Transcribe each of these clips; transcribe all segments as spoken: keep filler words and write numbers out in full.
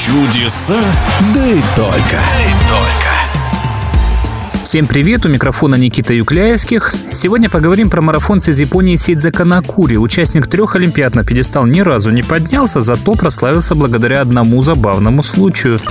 Чудеса, да и только. Всем привет, у микрофона Никита Юкляевских. Сегодня поговорим про марафонца из Японии Сидзе Канакури. Участник трех олимпиад на пьедестал ни разу не поднялся, зато прославился благодаря одному забавному случаю.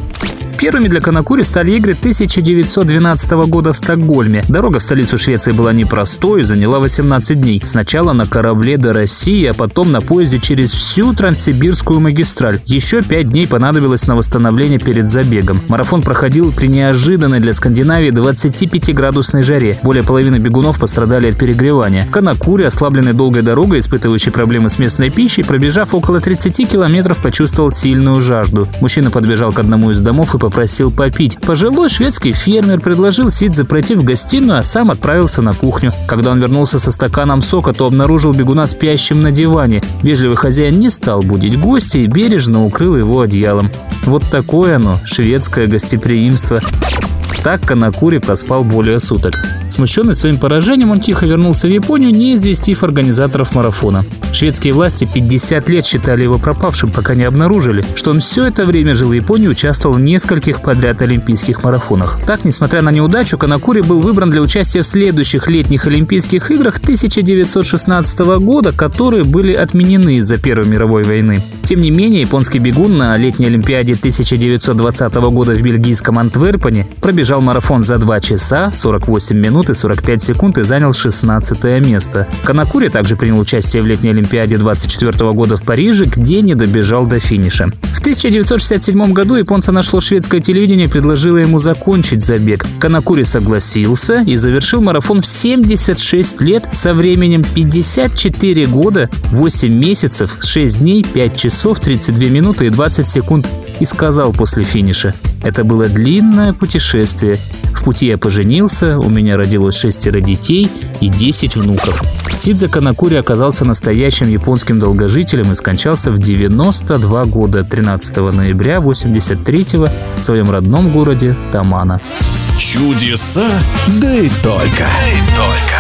Первыми для Канакури стали игры тысяча девятьсот двенадцатого года в Стокгольме. Дорога в столицу Швеции была непростой и заняла восемнадцать дней. Сначала на корабле до России, а потом на поезде через всю Транссибирскую магистраль. Еще пять дней понадобилось на восстановление перед забегом. Марафон проходил при неожиданной для Скандинавии двадцатипятиградусной жаре. Более половины бегунов пострадали от перегревания. Канакури, ослабленный долгой дорогой, испытывающий проблемы с местной пищей, пробежав около тридцати километров, почувствовал сильную жажду. Мужчина подбежал к одному из домов и попросил попить. Пожилой шведский фермер предложил Сидзе пройти в гостиную, а сам отправился на кухню. Когда он вернулся со стаканом сока, то обнаружил бегуна спящим на диване. Вежливый хозяин не стал будить гостя и бережно укрыл его одеялом. Вот такое оно, шведское гостеприимство. Так Канакури проспал более суток. Смущенный своим поражением, он тихо вернулся в Японию, не известив организаторов марафона. Шведские власти пятьдесят лет считали его пропавшим, пока не обнаружили, что он все это время жил в Японии и участвовал в нескольких подряд олимпийских марафонах. Так, несмотря на неудачу, Канакури был выбран для участия в следующих летних Олимпийских играх тысяча девятьсот шестнадцатого года, которые были отменены из-за Первой мировой войны. Тем не менее, японский бегун на летней Олимпиаде тысяча девятьсот двадцатого года в бельгийском Антверпене пробежал марафон за два часа, сорок восемь минут и сорок пять секунд и занял шестнадцатое место. Канакури также принял участие в летней Олимпиаде двадцать четвёртого года в Париже, где не добежал до финиша. В тысяча девятьсот шестьдесят седьмом году японца нашло шведское телевидение и предложило ему закончить забег. Канакури согласился и завершил марафон в семьдесят шесть лет со временем пятьдесят четыре года, восемь месяцев, шесть дней, пять часов, тридцать две минуты и двадцать секунд и сказал после финиша: «Это было длинное путешествие. В пути я поженился, у меня родилось шестеро детей и десять внуков». Сидзе Канакури оказался настоящим японским долгожителем и скончался в девяносто два года, тринадцатого ноября восемьдесят третьего в своем родном городе Тамана. Чудеса, да и только.